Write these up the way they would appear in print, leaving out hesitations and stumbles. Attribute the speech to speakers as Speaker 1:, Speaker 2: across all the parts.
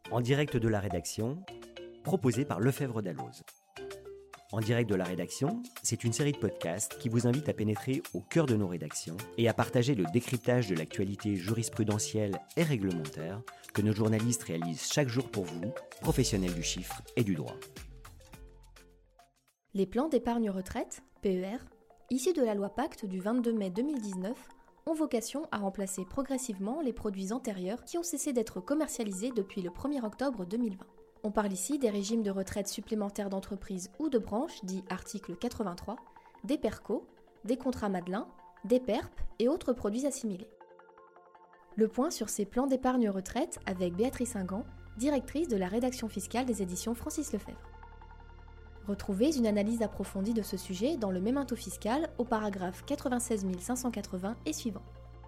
Speaker 1: En direct de la rédaction, proposé par Lefebvre Dalloz. En direct de la rédaction, c'est une série de podcasts qui vous invite à pénétrer au cœur de nos rédactions et à partager le décryptage de l'actualité jurisprudentielle et réglementaire que nos journalistes réalisent chaque jour pour vous, professionnels du chiffre et du droit.
Speaker 2: Les plans d'épargne retraite, PER, issus de la loi Pacte du 22 mai 2019, ont vocation à remplacer progressivement les produits antérieurs qui ont cessé d'être commercialisés depuis le 1er octobre 2020. On parle ici des régimes de retraite supplémentaires d'entreprise ou de branche, dit article 83, des PERCO, des contrats Madelin, des PERP et autres produits assimilés. Le point sur ces plans d'épargne retraite avec Béatrice Ingan, directrice de la rédaction fiscale des éditions Francis Lefebvre. Retrouvez une analyse approfondie de ce sujet dans le Memento fiscal au paragraphe 96 580 et suivant.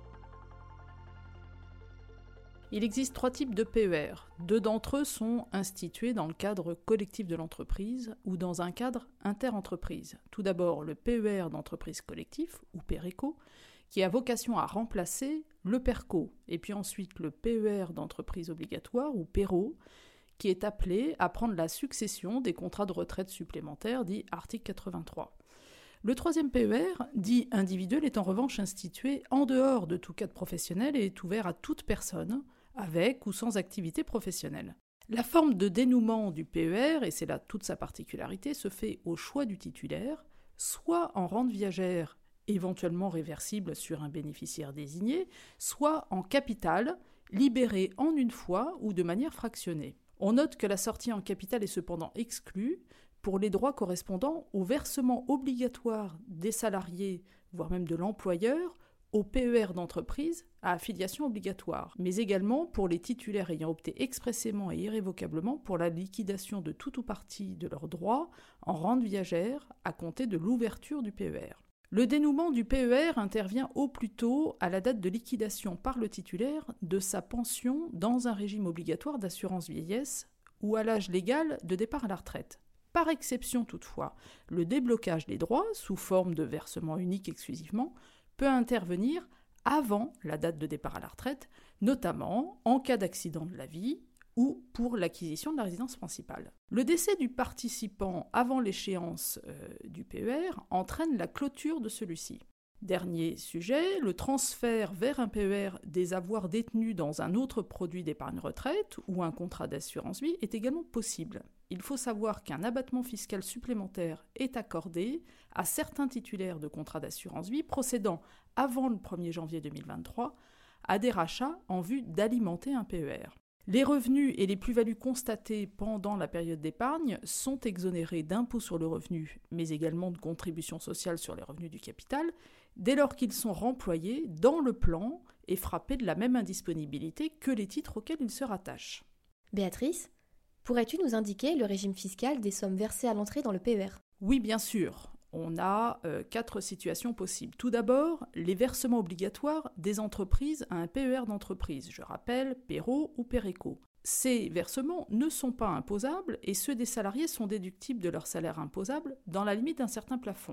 Speaker 3: Il existe 3 types de PER. 2 d'entre eux sont institués dans le cadre collectif de l'entreprise ou dans un cadre inter-entreprise. Tout d'abord, le PER d'entreprise collectif, ou PERECO, qui a vocation à remplacer le PERCO, et puis ensuite le PER d'entreprise obligatoire, ou PERO, qui est appelé à prendre la succession des contrats de retraite supplémentaires, dit article 83. Le 3e PER, dit individuel, est en revanche institué en dehors de tout cadre professionnel et est ouvert à toute personne, avec ou sans activité professionnelle. La forme de dénouement du PER, et c'est là toute sa particularité, se fait au choix du titulaire, soit en rente viagère, éventuellement réversible sur un bénéficiaire désigné, soit en capital, libéré en une fois ou de manière fractionnée. On note que la sortie en capital est cependant exclue pour les droits correspondant au versement obligatoire des salariés, voire même de l'employeur, au PER d'entreprise à affiliation obligatoire, mais également pour les titulaires ayant opté expressément et irrévocablement pour la liquidation de tout ou partie de leurs droits en rente viagère à compter de l'ouverture du PER. Le dénouement du PER intervient au plus tôt à la date de liquidation par le titulaire de sa pension dans un régime obligatoire d'assurance vieillesse ou à l'âge légal de départ à la retraite. Par exception toutefois, le déblocage des droits, sous forme de versement unique exclusivement, peut intervenir avant la date de départ à la retraite, notamment en cas d'accident de la vie ou pour l'acquisition de la résidence principale. Le décès du participant avant l'échéance du PER entraîne la clôture de celui-ci. Dernier sujet, le transfert vers un PER des avoirs détenus dans un autre produit d'épargne retraite ou un contrat d'assurance vie est également possible. Il faut savoir qu'un abattement fiscal supplémentaire est accordé à certains titulaires de contrats d'assurance vie procédant avant le 1er janvier 2023 à des rachats en vue d'alimenter un PER. Les revenus et les plus-values constatées pendant la période d'épargne sont exonérés d'impôts sur le revenu, mais également de contributions sociales sur les revenus du capital, dès lors qu'ils sont remployés dans le plan et frappés de la même indisponibilité que les titres auxquels ils se rattachent.
Speaker 2: Béatrice, pourrais-tu nous indiquer le régime fiscal des sommes versées à l'entrée dans le PER ?
Speaker 3: Oui, bien sûr. On a 4 situations possibles. Tout d'abord, les versements obligatoires des entreprises à un PER d'entreprise. Je rappelle, PERO ou PERECO. Ces versements ne sont pas imposables et ceux des salariés sont déductibles de leur salaire imposable dans la limite d'un certain plafond.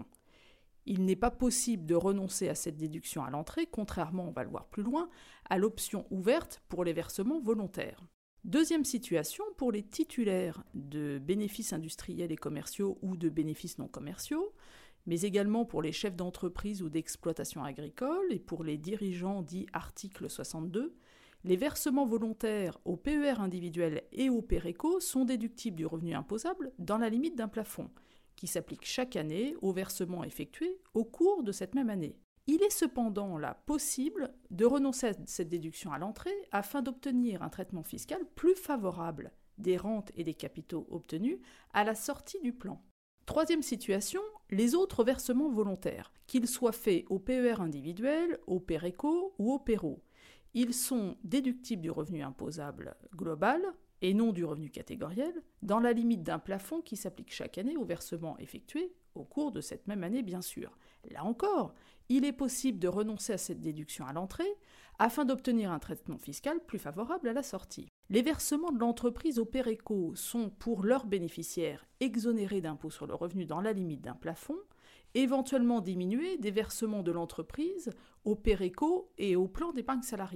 Speaker 3: Il n'est pas possible de renoncer à cette déduction à l'entrée, contrairement, on va le voir plus loin, à l'option ouverte pour les versements volontaires. Deuxième situation, pour les titulaires de bénéfices industriels et commerciaux ou de bénéfices non commerciaux, mais également pour les chefs d'entreprise ou d'exploitation agricole et pour les dirigeants dits article 62, les versements volontaires au PER individuel et au PERECO sont déductibles du revenu imposable dans la limite d'un plafond, qui s'applique chaque année aux versements effectués au cours de cette même année. Il est cependant là possible de renoncer à cette déduction à l'entrée afin d'obtenir un traitement fiscal plus favorable des rentes et des capitaux obtenus à la sortie du plan. Troisième situation, les autres versements volontaires, qu'ils soient faits au PER individuel, au PERECO ou au PERO. Ils sont déductibles du revenu imposable global et non du revenu catégoriel, dans la limite d'un plafond qui s'applique chaque année aux versements effectués au cours de cette même année, bien sûr. Là encore, il est possible de renoncer à cette déduction à l'entrée afin d'obtenir un traitement fiscal plus favorable à la sortie. Les versements de l'entreprise au PERECO sont pour leurs bénéficiaires exonérés d'impôt sur le revenu dans la limite d'un plafond, éventuellement diminués des versements de l'entreprise au PERECO et au plan d'épargne salariale.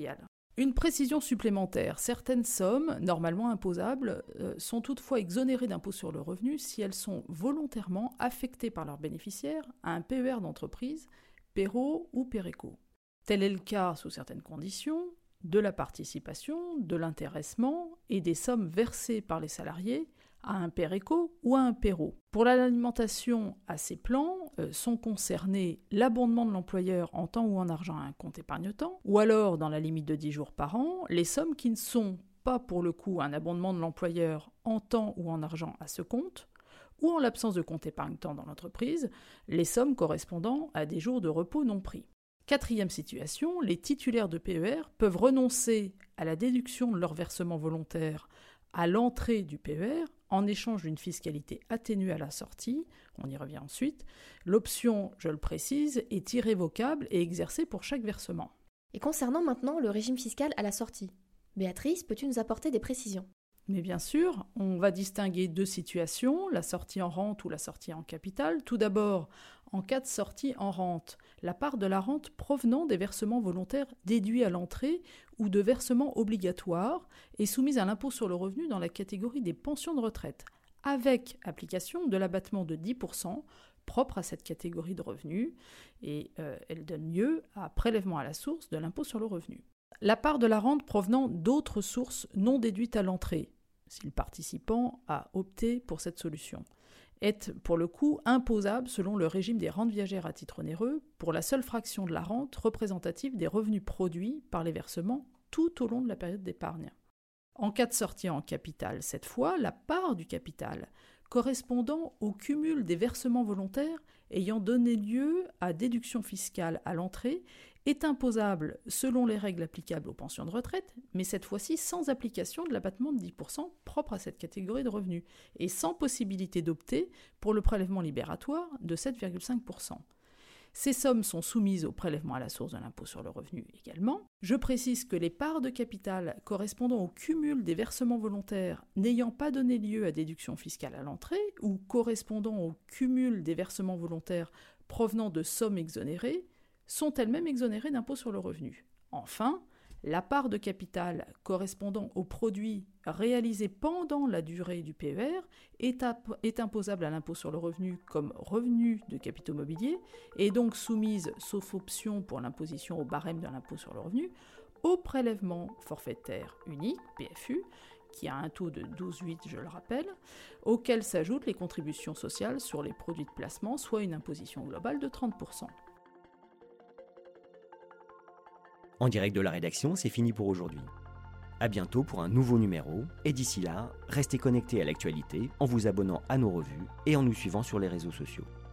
Speaker 3: Une précision supplémentaire, certaines sommes, normalement imposables, sont toutefois exonérées d'impôt sur le revenu si elles sont volontairement affectées par leurs bénéficiaires à un PER d'entreprise, PERO ou PERECO. Tel est le cas, sous certaines conditions, de la participation, de l'intéressement et des sommes versées par les salariés à un PERECO ou à un PERO. Pour l'alimentation à ces plans, sont concernés l'abondement de l'employeur en temps ou en argent à un compte épargne-temps, ou alors, dans la limite de 10 jours par an, les sommes qui ne sont pas pour le coup un abondement de l'employeur en temps ou en argent à ce compte, ou en l'absence de compte épargne-temps dans l'entreprise, les sommes correspondant à des jours de repos non pris. Quatrième situation, les titulaires de PER peuvent renoncer à la déduction de leur versement volontaire à l'entrée du PER en échange d'une fiscalité atténuée à la sortie, on y revient ensuite. L'option, je le précise, est irrévocable et exercée pour chaque versement.
Speaker 2: Et concernant maintenant le régime fiscal à la sortie, Béatrice, peux-tu nous apporter des précisions ?
Speaker 3: Mais bien sûr, on va distinguer deux situations, la sortie en rente ou la sortie en capital. Tout d'abord, en cas de sortie en rente, la part de la rente provenant des versements volontaires déduits à l'entrée ou de versements obligatoires est soumise à l'impôt sur le revenu dans la catégorie des pensions de retraite, avec application de l'abattement de 10% propre à cette catégorie de revenus, et elle donne lieu à prélèvement à la source de l'impôt sur le revenu. La part de la rente provenant d'autres sources non déduites à l'entrée, si le participant a opté pour cette solution, est pour le coup imposable selon le régime des rentes viagères à titre onéreux pour la seule fraction de la rente représentative des revenus produits par les versements tout au long de la période d'épargne. En cas de sortie en capital, cette fois, la part du capital correspondant au cumul des versements volontaires ayant donné lieu à déduction fiscale à l'entrée est imposable selon les règles applicables aux pensions de retraite, mais cette fois-ci sans application de l'abattement de 10% propre à cette catégorie de revenus, et sans possibilité d'opter pour le prélèvement libératoire de 7,5%. Ces sommes sont soumises au prélèvement à la source de l'impôt sur le revenu également. Je précise que les parts de capital correspondant au cumul des versements volontaires n'ayant pas donné lieu à déduction fiscale à l'entrée ou correspondant au cumul des versements volontaires provenant de sommes exonérées sont elles-mêmes exonérées d'impôt sur le revenu. Enfin, la part de capital correspondant aux produits réalisés pendant la durée du PER est imposable à l'impôt sur le revenu comme revenu de capitaux mobiliers et donc soumise, sauf option pour l'imposition au barème de l'impôt sur le revenu, au prélèvement forfaitaire unique, PFU, qui a un taux de 12,8, je le rappelle, auquel s'ajoutent les contributions sociales sur les produits de placement, soit une imposition globale de 30%.
Speaker 1: En direct de la rédaction, c'est fini pour aujourd'hui. À bientôt pour un nouveau numéro, et d'ici là, restez connectés à l'actualité en vous abonnant à nos revues et en nous suivant sur les réseaux sociaux.